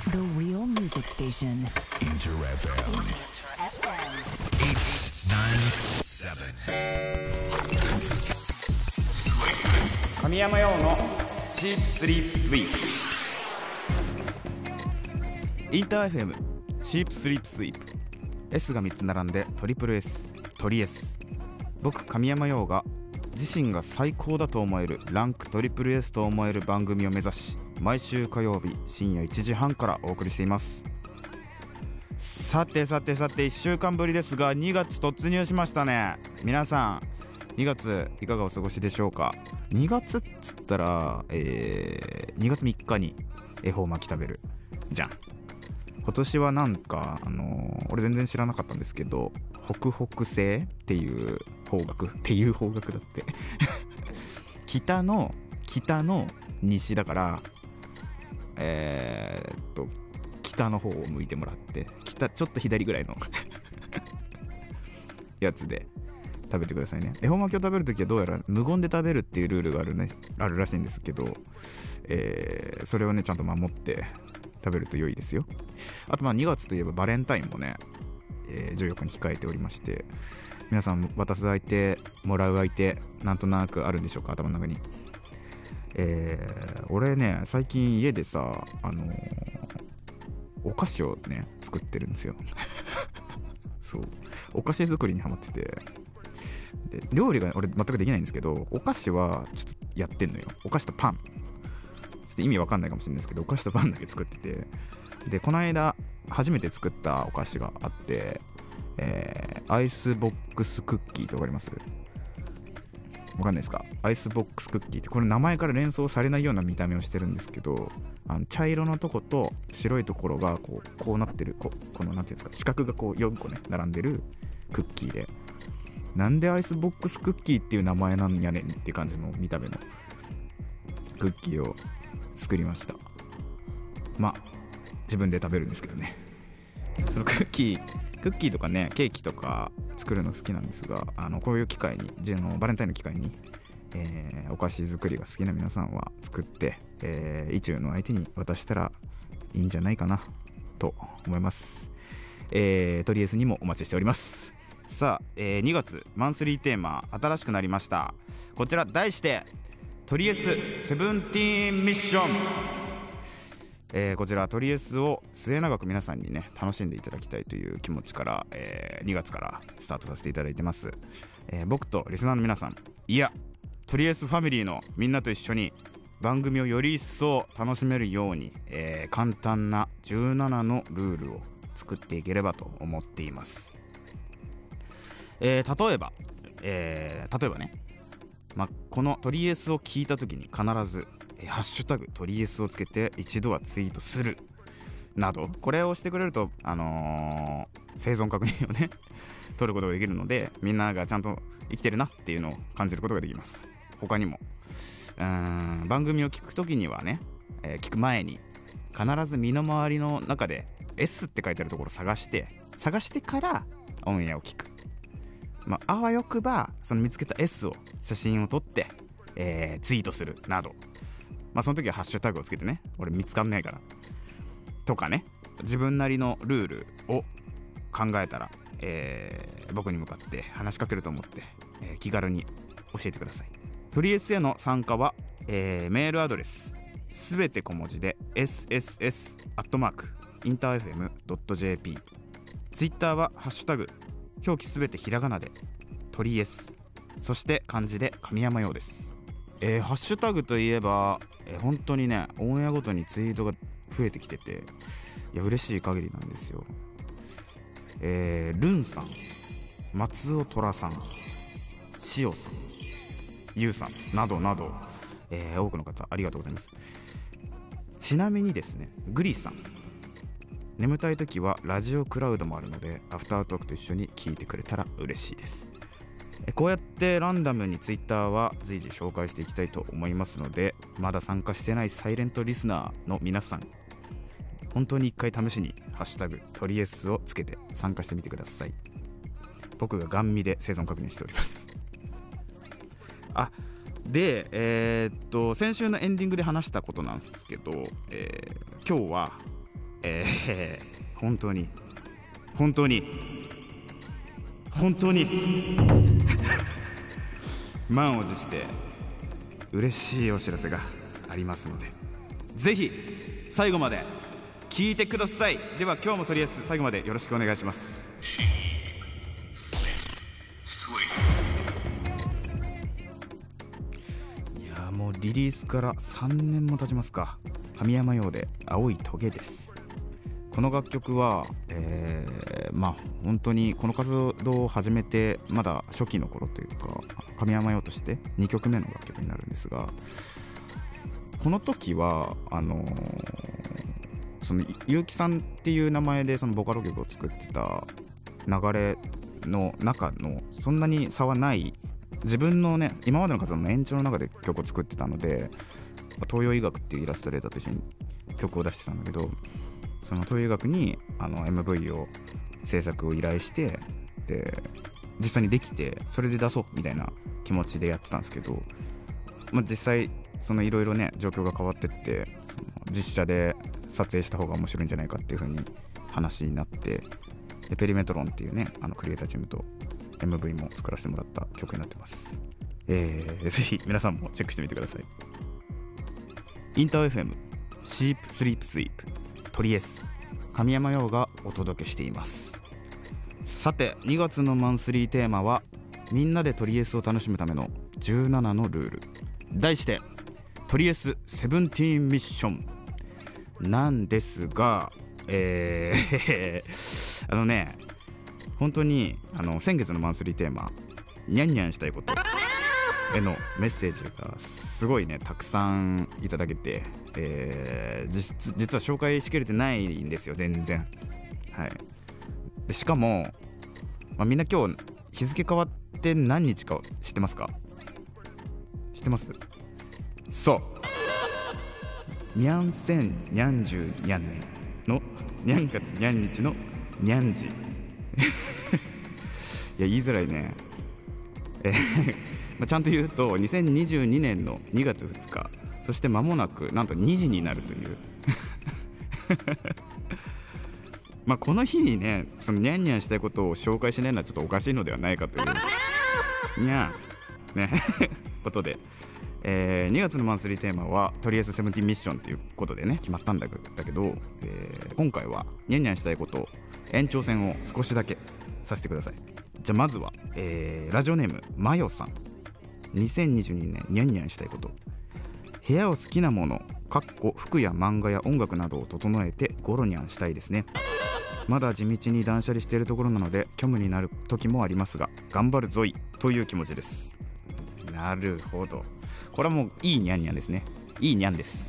The real music station. Inter FM 897. 神山用のチープスリープスイープ。インター FM チープスリープスイープ。 S が3つ並んでトリプル S トリ S。 僕神山用が自身が最高だと思えるランクトリプル S と思える番組を目指し、毎週火曜日深夜1時半からお送りしています。さて1週間ぶりですが、2月突入しましたね。皆さん2月いかがお過ごしでしょうか。2月っつったら、2月3日に恵方巻き食べるじゃん。今年はなんか俺全然知らなかったんですけど、北北西っていう方角だって北の西だから、北の方を向いてもらって、北ちょっと左ぐらいのやつで食べてくださいね。恵方巻きを食べるときはどうやら無言で食べるっていうルールがあるらしいんですけど、それをねちゃんと守って食べると良いですよ。あと2月といえばバレンタインもね、14日に控えておりまして、皆さん渡す相手もらう相手なんとなくあるんでしょうか、頭の中に。俺ね最近家でさお菓子をね作ってるんですよそうお菓子作りにハマってて、で料理が俺全くできないんですけど、お菓子はちょっとやってんのよ。お菓子とパン、ちょっと意味わかんないかもしれないですけど、お菓子とパンだけ作ってて、でこの間初めて作ったお菓子があって、アイスボックスクッキーってわかります？わかんないですか？アイスボックスクッキーって、これ名前から連想されないような見た目をしてるんですけど、茶色のとこと白いところがこうなってる、このなんていうんですか、四角がこう4個ね並んでるクッキーで、なんでアイスボックスクッキーっていう名前なんやねんっていう感じの見た目のクッキーを作りました。自分で食べるんですけどね。そのクッキーとかね、ケーキとか作るの好きなんですが、こういう機会にバレンタインの機会に、お菓子作りが好きな皆さんは作って、意中の相手に渡したらいいんじゃないかなと思います。とりあえずにもお待ちしております。さあ、2月マンスリーテーマ新しくなりました。こちら題してトリエス17ミッション。こちらトリエスを末永く皆さんにね楽しんでいただきたいという気持ちから、2月からスタートさせていただいてます。僕とリスナーの皆さん、いやトリエスファミリーのみんなと一緒に番組をより一層楽しめるように、簡単な17のルールを作っていければと思っています。例えばね、このトリエスを聞いた時に必ずハッシュタグトリエスをつけて一度はツイートするなど、これをしてくれると生存確認をね取ることができるので、みんながちゃんと生きてるなっていうのを感じることができます。他にも番組を聞くときにはね、聞く前に必ず身の回りの中で S って書いてあるところを探してからオンエアを聞く。あわよくばその見つけた S を写真を撮って、ツイートするなど、その時はハッシュタグをつけてね、俺見つかんないからとかね、自分なりのルールを考えたら、僕に向かって話しかけると思って、気軽に教えてください。トリエスへの参加は、メールアドレスすべて小文字で sss@interfm.jp、 ツイッターはハッシュタグ表記すべてひらがなでトリエス、そして漢字で神山用です。ハッシュタグといえば、本当にねオンエアごとにツイートが増えてきてて、いや嬉しい限りなんですよ。ルンさん、松尾虎さん、塩さん、ゆうさんなどなど、多くの方ありがとうございます。ちなみにですね、グリさん、眠たい時はラジオクラウドもあるのでアフタートークと一緒に聞いてくれたら嬉しいです。こうやってランダムにツイッターは随時紹介していきたいと思いますので、まだ参加してないサイレントリスナーの皆さん、本当に一回試しにハッシュタグトリエスをつけて参加してみてください。僕がガン見で生存確認しております。で、先週のエンディングで話したことなんですけど、今日は本当に満を持して嬉しいお知らせがありますので、ぜひ最後まで聞いてください。では今日もとりあえず最後までよろしくお願いします。いやもうリリースから3年も経ちますか。神山用で青いトゲです。この楽曲は、本当にこの活動を始めてまだ初期の頃というか、神山用として2曲目の楽曲になるんですが、この時はその結城さんっていう名前でそのボカロ曲を作ってた流れの中のそんなに差はない自分のね今までの活動の延長の中で曲を作ってたので、東洋医学っていうイラストレーターと一緒に曲を出してたんだけど、その東洋医学にMV を制作を依頼して、で実際にできてそれで出そうみたいな気持ちでやってたんですけど、実際そのいろいろね状況が変わってって、その実写で撮影した方が面白いんじゃないかっていう風に話になって、でペリメトロンっていうねクリエイターチームと MV も作らせてもらった曲になってます。ぜひ皆さんもチェックしてみてください。インター FM シープスリープスイープトリエス神山陽がお届けしています。さて2月のマンスリーテーマはみんなでトリエスを楽しむための17のルール、題してトリエス17ミッションなんですが、本当に先月のマンスリーテーマニャンニャンしたいことへのメッセージがすごいねたくさんいただけて、実は紹介しきれてないんですよ全然。はい。でしかも、みんな今日日付変わって何日か知ってますか？知ってます？そうにゃんせんにゃんじゅうにゃん年のにゃん月にゃん日のにゃんじいや言いづらいね。ちゃんと言うと2022年の2月2日、そして間もなくなんと2時になるというこの日にねそのニャンニャンしたいことを紹介しないのはちょっとおかしいのではないかというにゃーねことで、2月のマンスリーテーマはとりあえず17ミッションということでね決まったんだけど、今回はニャンニャンしたいこと延長戦を少しだけさせてください。じゃあまずは、ラジオネームマヨさん、2022年ニャンニャンしたいこと、部屋を好きなもの服や漫画や音楽などを整えてゴロニャンしたいですね。まだ地道に断捨離しているところなので虚無になる時もありますが頑張るぞいという気持ちです。なるほど、これはもういいニャンニャンですね。いいニャンです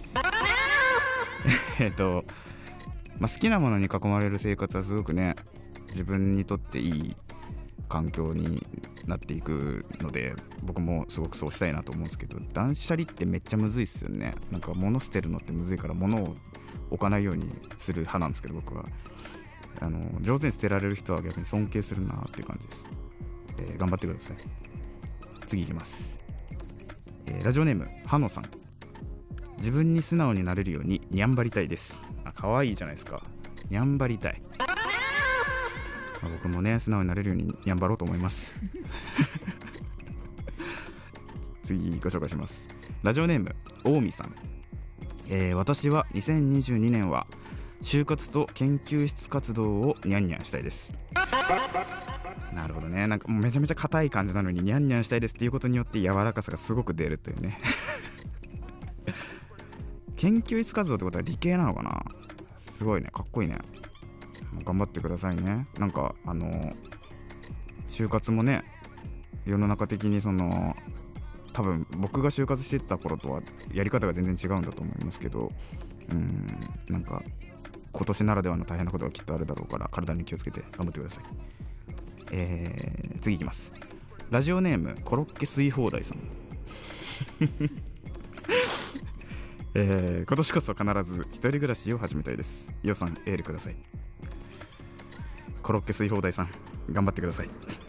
好きなものに囲まれる生活はすごくね自分にとっていい環境になっていくので、僕もすごくそうしたいなと思うんですけど、断捨離ってめっちゃむずいっすよね。なんか物捨てるのってむずいから物を置かないようにする派なんですけど、僕は上手に捨てられる人は逆に尊敬するなっていう感じです。頑張ってください。次いきます。ラジオネームはのさん、自分に素直になれるようににゃんばりたいです。可愛いじゃないですか。にゃんばりたい。僕もね素直になれるようににゃんばろうと思います次ご紹介します。ラジオネーム大見さん、私は2022年は就活と研究室活動をニャンニャンしたいです。なるほどね。なんかもうめちゃめちゃ硬い感じなのにニャンニャンしたいですっていうことによって柔らかさがすごく出るというね研究室活動ってことは理系なのかな。すごいね、かっこいいね。頑張ってくださいね。なんか就活もね世の中的に多分僕が就活してた頃とはやり方が全然違うんだと思いますけど、なんか今年ならではの大変なことがきっとあるだろうから体に気をつけて頑張ってください。次いきます。ラジオネームコロッケ吸い放題さん今年こそ必ず一人暮らしを始めたいです。予算エールください。コロッケ吸い放題さん頑張ってください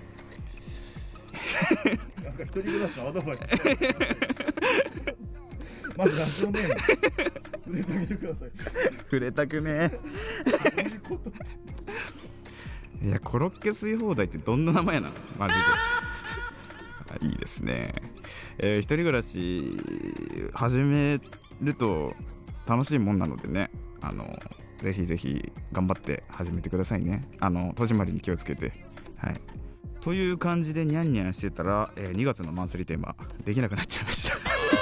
なんか一人暮らしのアドバイスまずラジオネーム入れてあげてください触れたくねえいやコロッケ吸い放題ってどんな名前なのマジでいいですね。一人暮らし始めると楽しいもんなのでね、ぜひぜひ頑張って始めてくださいね。戸締まりに気をつけて。はい。という感じでニャンニャンしてたら、2月のマンスリーテーマできなくなっちゃいました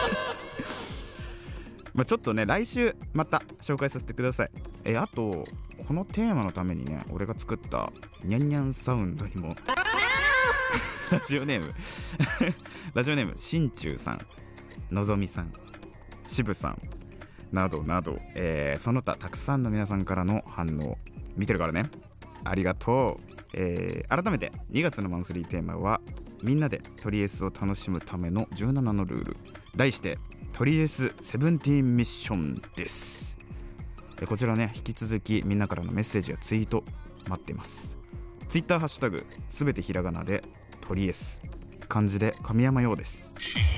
まあちょっとね来週また紹介させてください。あとこのテーマのためにね俺が作ったニャンニャンサウンドにもラジオネームしんちゅうさん、のぞみさん、しぶさんなどなど、その他たくさんの皆さんからの反応見てるからね、ありがとう。改めて2月のマンスリーテーマはみんなでトリエスを楽しむための17のルール、題してトリエス17ミッションです。こちらね引き続きみんなからのメッセージやツイート待っています。ツイッターハッシュタグすべてひらがなでトリエス、漢字で神山陽です。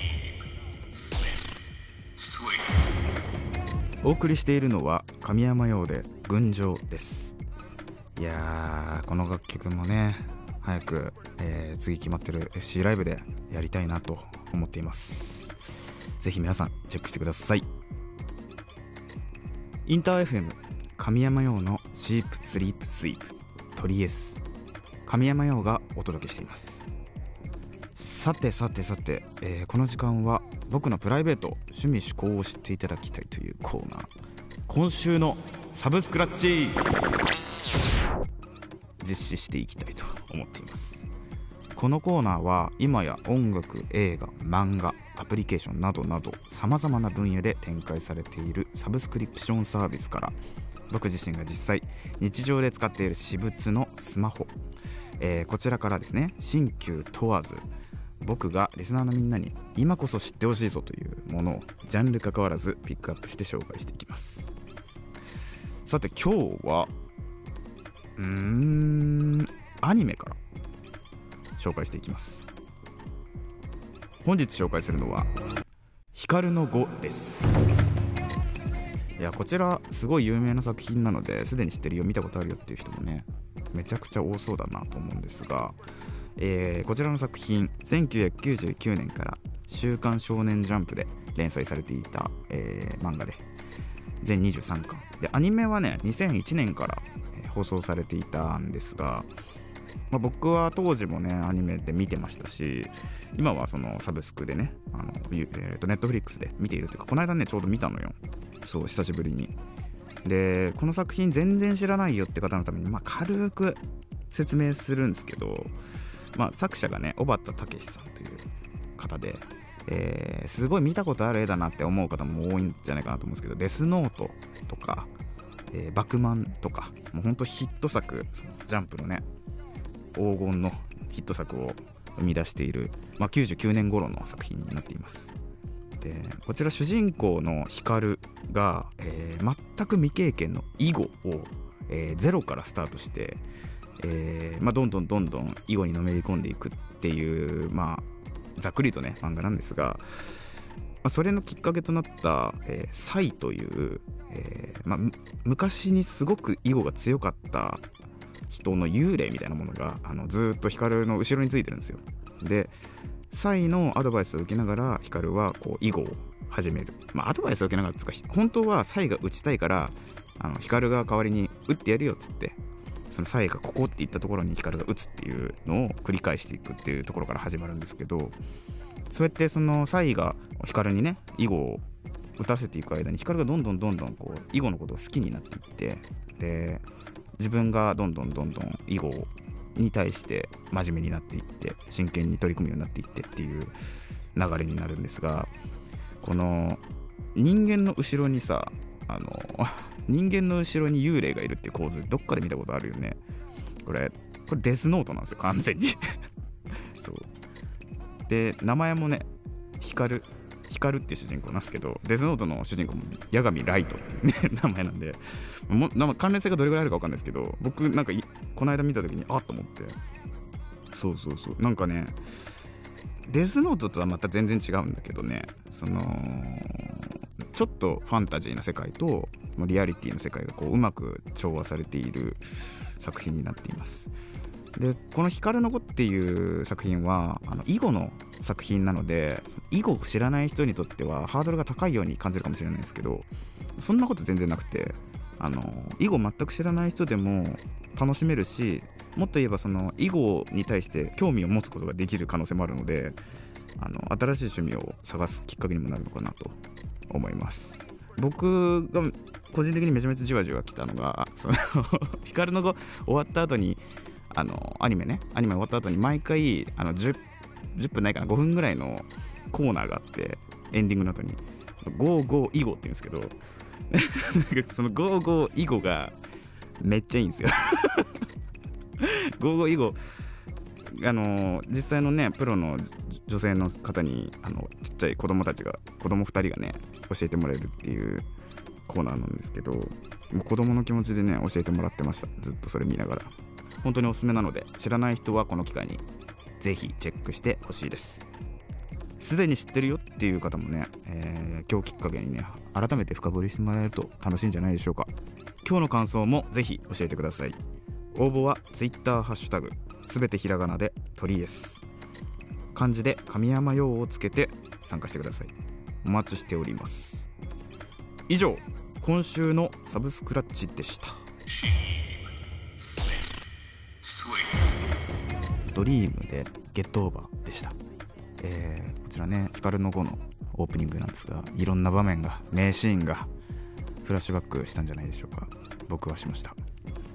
お送りしているのは神山陽で群青です。いやーこの楽曲もね早く、次決まってる FC ライブでやりたいなと思っています。ぜひ皆さんチェックしてください。インター FM 神山陽のシープスリープスイープトリエス、神山陽がお届けしています。さて、この時間は僕のプライベート趣味趣向を知っていただきたいというコーナー、今週のサブスクラッチ実施していきたいと思っています。このコーナーは今や音楽、映画、漫画、アプリケーションなどなどさまざまな分野で展開されているサブスクリプションサービスから、僕自身が実際日常で使っている私物のスマホ、こちらからですね新旧問わず僕がリスナーのみんなに今こそ知ってほしいぞというものをジャンル関わらずピックアップして紹介していきます。さて今日はアニメから紹介していきます。本日紹介するのは光の碁です。いやこちらすごい有名な作品なのですでに知ってるよ、見たことあるよっていう人もねめちゃくちゃ多そうだなと思うんですが、こちらの作品1999年から週刊少年ジャンプで連載されていた、漫画で全23巻で、アニメはね2001年から、放送されていたんですが、僕は当時もねアニメで見てましたし、今はそのサブスクでねネットフリックスで見ているというか、この間ねちょうど見たのよ、そう久しぶりに。でこの作品全然知らないよって方のために、軽く説明するんですけど、作者がね小畑武史さんという方で、すごい見たことある絵だなって思う方も多いんじゃないかなと思うんですけど、デスノートとか、バクマンとかもうほんとヒット作、そのジャンプのね黄金のヒット作を生み出している、99年頃の作品になっています。でこちら主人公の光が、全く未経験の囲碁を、ゼロからスタートして、どんどん囲碁にのめり込んでいくっていう、ざっくりとね漫画なんですが、それのきっかけとなった、サイという、昔にすごく囲碁が強かった人の幽霊みたいなものがずっと光の後ろについてるんですよ。でサイのアドバイスを受けながら光はこう囲碁を始める、アドバイスを受けながらですか、本当はサイが打ちたいから光が代わりに打ってやるよっつって、そのサイがここって言ったところに光が打つっていうのを繰り返していくっていうところから始まるんですけど、そうやってそのサイが光にね囲碁を打たせていく間に、光がどんどんこう囲碁のことを好きになっていって、で自分がどんどん囲碁に対して真面目になっていって真剣に取り組むようになっていってっていう流れになるんですが、この人間の後ろにさ人間の後ろに幽霊がいるっていう構図どっかで見たことあるよね。これデスノートなんですよ完全にそうで名前もね光っていう主人公なんですけど、デスノートの主人公も八神ライトっていうね名前なんで、関連性がどれぐらいあるか分かんないですけど、僕なんかこの間見た時にと思って、そうなんかねデスノートとはまた全然違うんだけどね、そのちょっとファンタジーな世界とリアリティの世界がこううまく調和されている作品になっています。でこの光の子っていう作品は囲碁の作品なので、囲碁を知らない人にとってはハードルが高いように感じるかもしれないですけど、そんなこと全然なくて、囲碁全く知らない人でも楽しめるし、もっと言えばその囲碁に対して興味を持つことができる可能性もあるので、新しい趣味を探すきっかけにもなるのかなと思います。僕が個人的にめちゃめちゃじわじわ来たのが、その光の子終わった後にアニメ終わった後に毎回10分ないかな、5分ぐらいのコーナーがあって、エンディングの後にゴーゴー囲碁って言うんですけどそのゴーゴー囲碁がめっちゃいいんですよゴーゴー囲碁実際のねプロの女性の方にちっちゃい子供2人がね教えてもらえるっていうコーナーなんですけど、もう子供の気持ちでね教えてもらってました。ずっとそれ見ながら。本当におすすめなので、知らない人はこの機会にぜひチェックしてほしいです。すでに知ってるよっていう方もね、今日きっかけにね改めて深掘りしてもらえると楽しいんじゃないでしょうか。今日の感想もぜひ教えてください。応募は Twitter ハッシュタグすべてひらがなで鳥 S、 漢字で神山用をつけて参加してください。お待ちしております。以上、今週のサブスクラッチでした。ドリームでゲットオーバーでした。こちらね光の子のオープニングなんですが、いろんな場面が、名シーンがフラッシュバックしたんじゃないでしょうか。僕はしました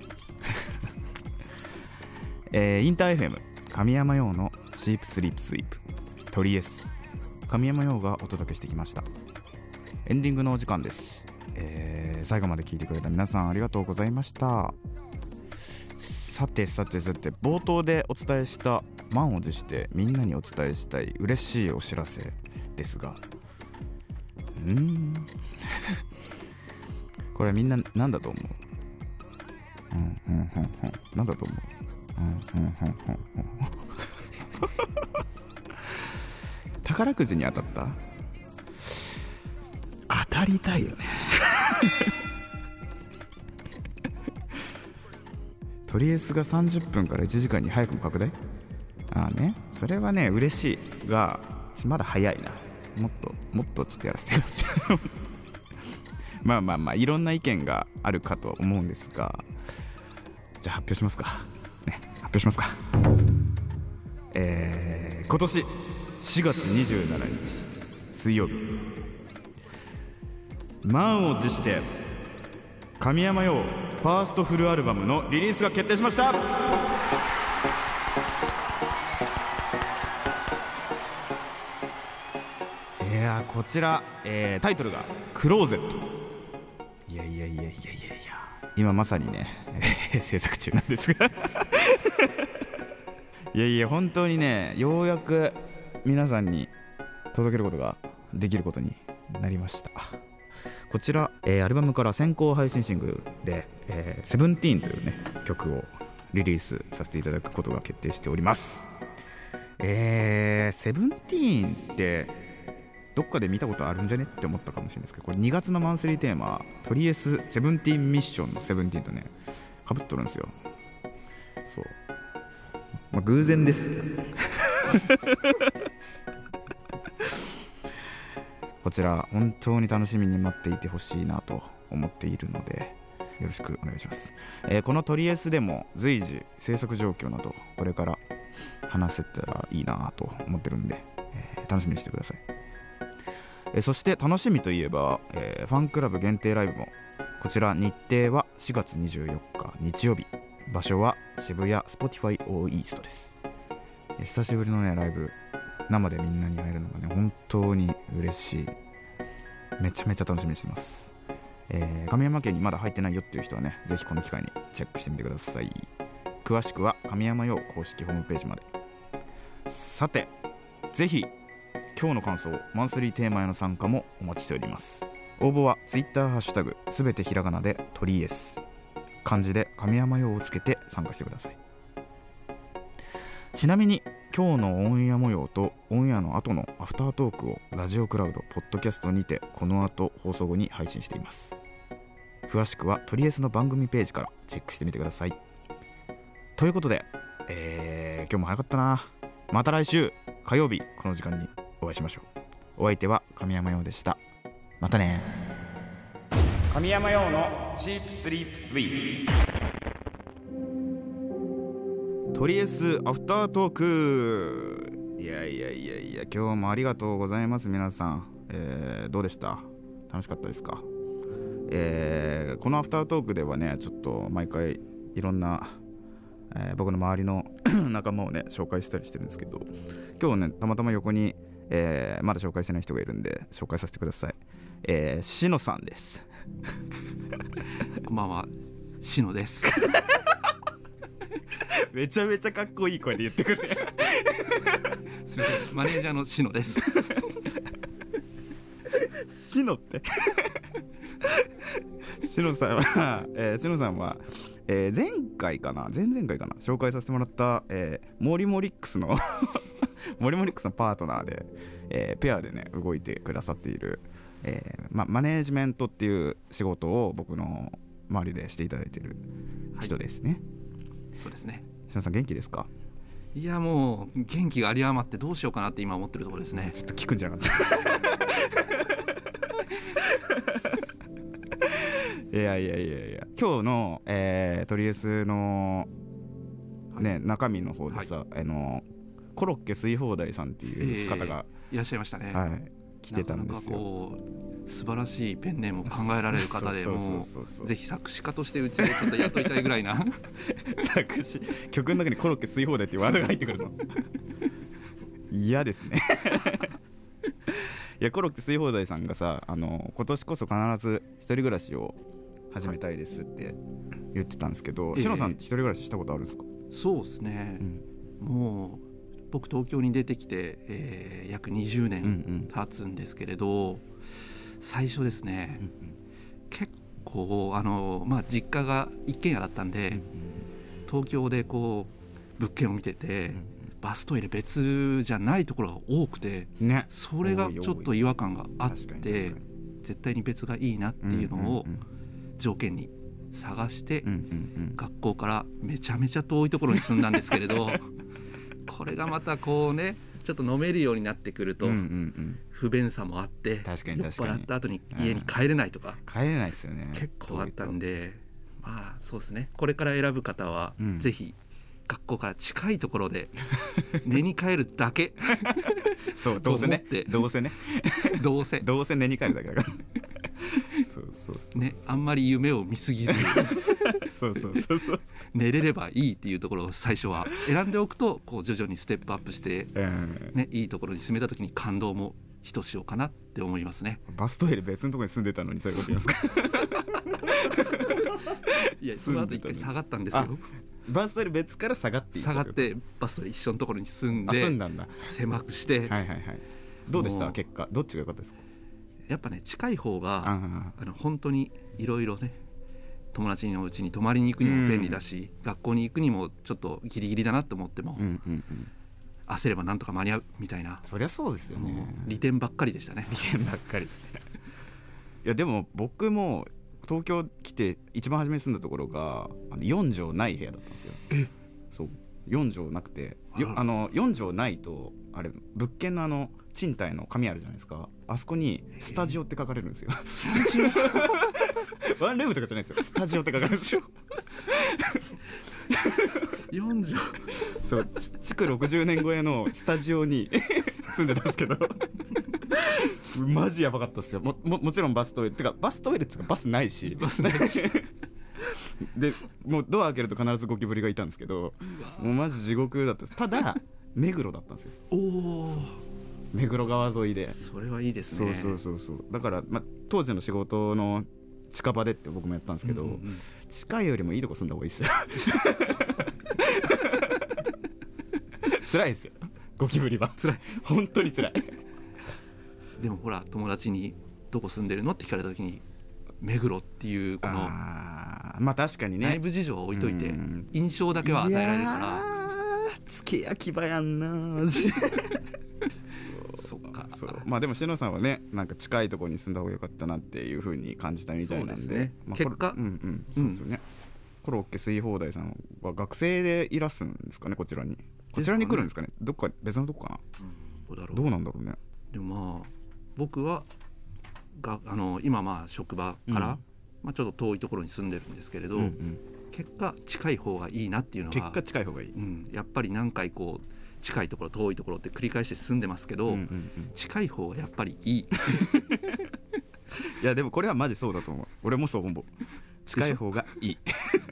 インター FM 神山用のシープスリープスイープ鳥 S、 神山用がお届けしてきました。エンディングのお時間です。最後まで聞いてくれた皆さんありがとうございました。さて冒頭でお伝えした満を持してみんなにお伝えしたい嬉しいお知らせですが、これみんな何だと思う？何だと思う？宝くじに当たった？当たりたいよねとりあえずが30分から1時間に早くも拡大？それはね嬉しいがまだ早いな。もっとちょっとやらせてほしいまあいろんな意見があるかと思うんですが、じゃあ発表しますか。今年4月27日水曜日、満を持して神山用ファーストフルアルバムのリリースが決定しました。こちら、タイトルがクローゼット。いや今まさにね制作中なんですが本当にねようやく皆さんに届けることができることになりました。こちら、アルバムから先行配信シングルで、セブンティーンというね曲をリリースさせていただくことが決定しております。セブンティーンってどっかで見たことあるんじゃねって思ったかもしれないですけど、これ2月のマンスリーテーマトリエスセブンティーンミッションのセブンティーンとね被っとるんですよ。そう、偶然ですこちら本当に楽しみに待っていてほしいなと思っているのでよろしくお願いします。このトリエスでも随時制作状況などこれから話せたらいいなと思ってるんで、楽しみにしてください。そして楽しみといえば、ファンクラブ限定ライブも、こちら日程は4月24日日曜日、場所は渋谷 Spotify All East です。久しぶりのねライブ、生でみんなに会えるのがね本当に嬉しい。めちゃめちゃ楽しみにしてます。神山家にまだ入ってないよっていう人はねぜひこの機会にチェックしてみてください。詳しくは神山用公式ホームページまで。さてぜひ今日の感想、マンスリーテーマへの参加もお待ちしております。応募は Twitter ハッシュタグすべてひらがなで鳥 S、 漢字で神山用をつけて参加してください。 ちなみに今日のオンエア模様とオンエアの後のアフタートークをラジオクラウドポッドキャストにてこの後放送後に配信しています。詳しくはトリエスの番組ページからチェックしてみてください。ということで、今日も早かったな。また来週火曜日この時間にお会いしましょう。お相手は神山陽でした。またね。神山陽のチープスリープスイート。とりあえずアフタートーク。いや今日もありがとうございます皆さん。どうでした？楽しかったですか？このアフタートークではね、ちょっと毎回いろんな、僕の周りの仲間をね紹介したりしてるんですけど、今日ねたまたま横に、まだ紹介してない人がいるんで紹介させてください。しのさんです。 こんばんは、しのです。 めちゃめちゃかっこいい声で言ってくる。 すみません、マネージャーのしのです。 しのってしのさんは、前回かな前々回かな紹介させてもらった、モリモリックスのモリモリックスのパートナーで、ペアでね動いてくださっている、マネージメントっていう仕事を僕の周りでしていただいている人ですね。 はい、そうですね。 しのさん元気ですか？ いやもう元気が有り余ってどうしようかなって今思ってるところですね。 ちょっと聞くんじゃなかった。いや今日の、トリエスの、ね、中身の方でさ、コロッケ吸い放題さんっていう方が、 いらっしゃいましたね。 はい、来てたんですよ。 なかなかこう素晴らしいペンネームを考えられる方で、もうぜひ作詞家としてうちでちょっと雇いたいぐらいな。 作詞曲の中にコロッケ吸い放題っていうワードが入ってくるの嫌ですね。いやコロッケ吸い放題さんがさ、今年こそ必ず一人暮らしを始めたいですって言ってたんですけど、しのさん一人暮らししたことあるんですか？ そうですね、もう僕東京に出てきて、約20年経つんですけれど、最初ですね、結構実家が一軒家だったんで、東京でこう物件を見てて、バストイレ別じゃないところが多くて、ね、それがちょっと違和感があって、絶対に別がいいなっていうのを条件に探して、学校からめちゃめちゃ遠いところに住んだんですけれど、これがまたこうねちょっと飲めるようになってくると不便さもあって、酔っ払った後に家に帰れないとか、 帰れないですよね、 結構あったんで、まあそうですね、これから選ぶ方はぜひ学校から近いところで寝に帰るだけ。 そうどうせねどうせ寝に帰るだけだから。そうね、あんまり夢を見すぎずそう寝れればいいっていうところを最初は選んでおくと、こう徐々にステップアップして、ね、いいところに住めた時に感動もひとしおかなって思いますね。 バストイレ別のところに住んでたのにそういうこと言いますか？ いやその後一回下がったんですよ。 バストイレ別から下がってバストイレ一緒のところに住んで、狭くして、 どうでした結果？どっちが良かったですか？ やっぱね近い方が本当にいろいろね、友達のうちに泊まりに行くにも便利だし、学校に行くにもちょっとギリギリだなと思っても、焦ればなんとか間に合うみたいな。 そりゃそうですよね。 利点ばっかりでしたね。 利点ばっかり。いやでも僕も東京来て一番初めに住んだところが4畳ない部屋だったんですよ。そう4畳なくて、4畳ないとあれ物件の賃貸の紙あるじゃないですか、あそこにスタジオって書かれるんですよ。スタジオワンルームとかじゃないですよ、スタジオって書かれるんですよ。 4畳そう築60年超えのスタジオに住んでたんですけど、マジやばかったですよ。 もちろんバストイレってかバストイレっていうかバスないしでもうドア開けると必ずゴキブリがいたんですけど、もうマジ地獄だったです。ただ目黒だったんですよ。目黒川沿いで。 それはいいですね。 そうだから、当時の仕事の近場でって僕もやったんですけど、近いよりもいいとこ住んだ方がいいですよ。辛いですよゴキブリは。 辛い、 本当に辛い。 でもほら友達にどこ住んでるのって聞かれた時に目黒っていうこのまあ確かにね、 内部事情を置いといて印象だけは与えられるから。 月欅場やんなマジでそっか。 そうまあでも篠さんはねなんか近いところに住んだ方が良かったなっていう風に感じたみたいなんで、 そうですねまあ、 結果そうですよね、コロッケ吸い放題さんは学生でいらっすんですかね、こちらに来るんですかね、どっか別のとこかな、どうなんだろうね。 でもまあ僕は今まあ職場から、まあ、ちょっと遠いところに住んでるんですけれど、結果近い方がいいなっていうのは結果近い方がいい、 やっぱり何回こう近いところ遠いところって繰り返して住んでますけど、近い方がやっぱりいいいやでもこれはマジそうだと思う。俺もそう思う。近い方がいい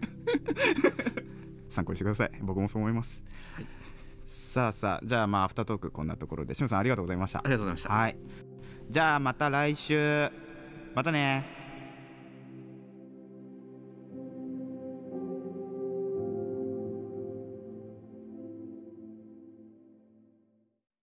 参考にしてください。僕もそう思います、はい、さあじゃあまあアフタートークこんなところで、しのさんありがとうございました。 ありがとうございました。 はい、じゃあまた来週、またね。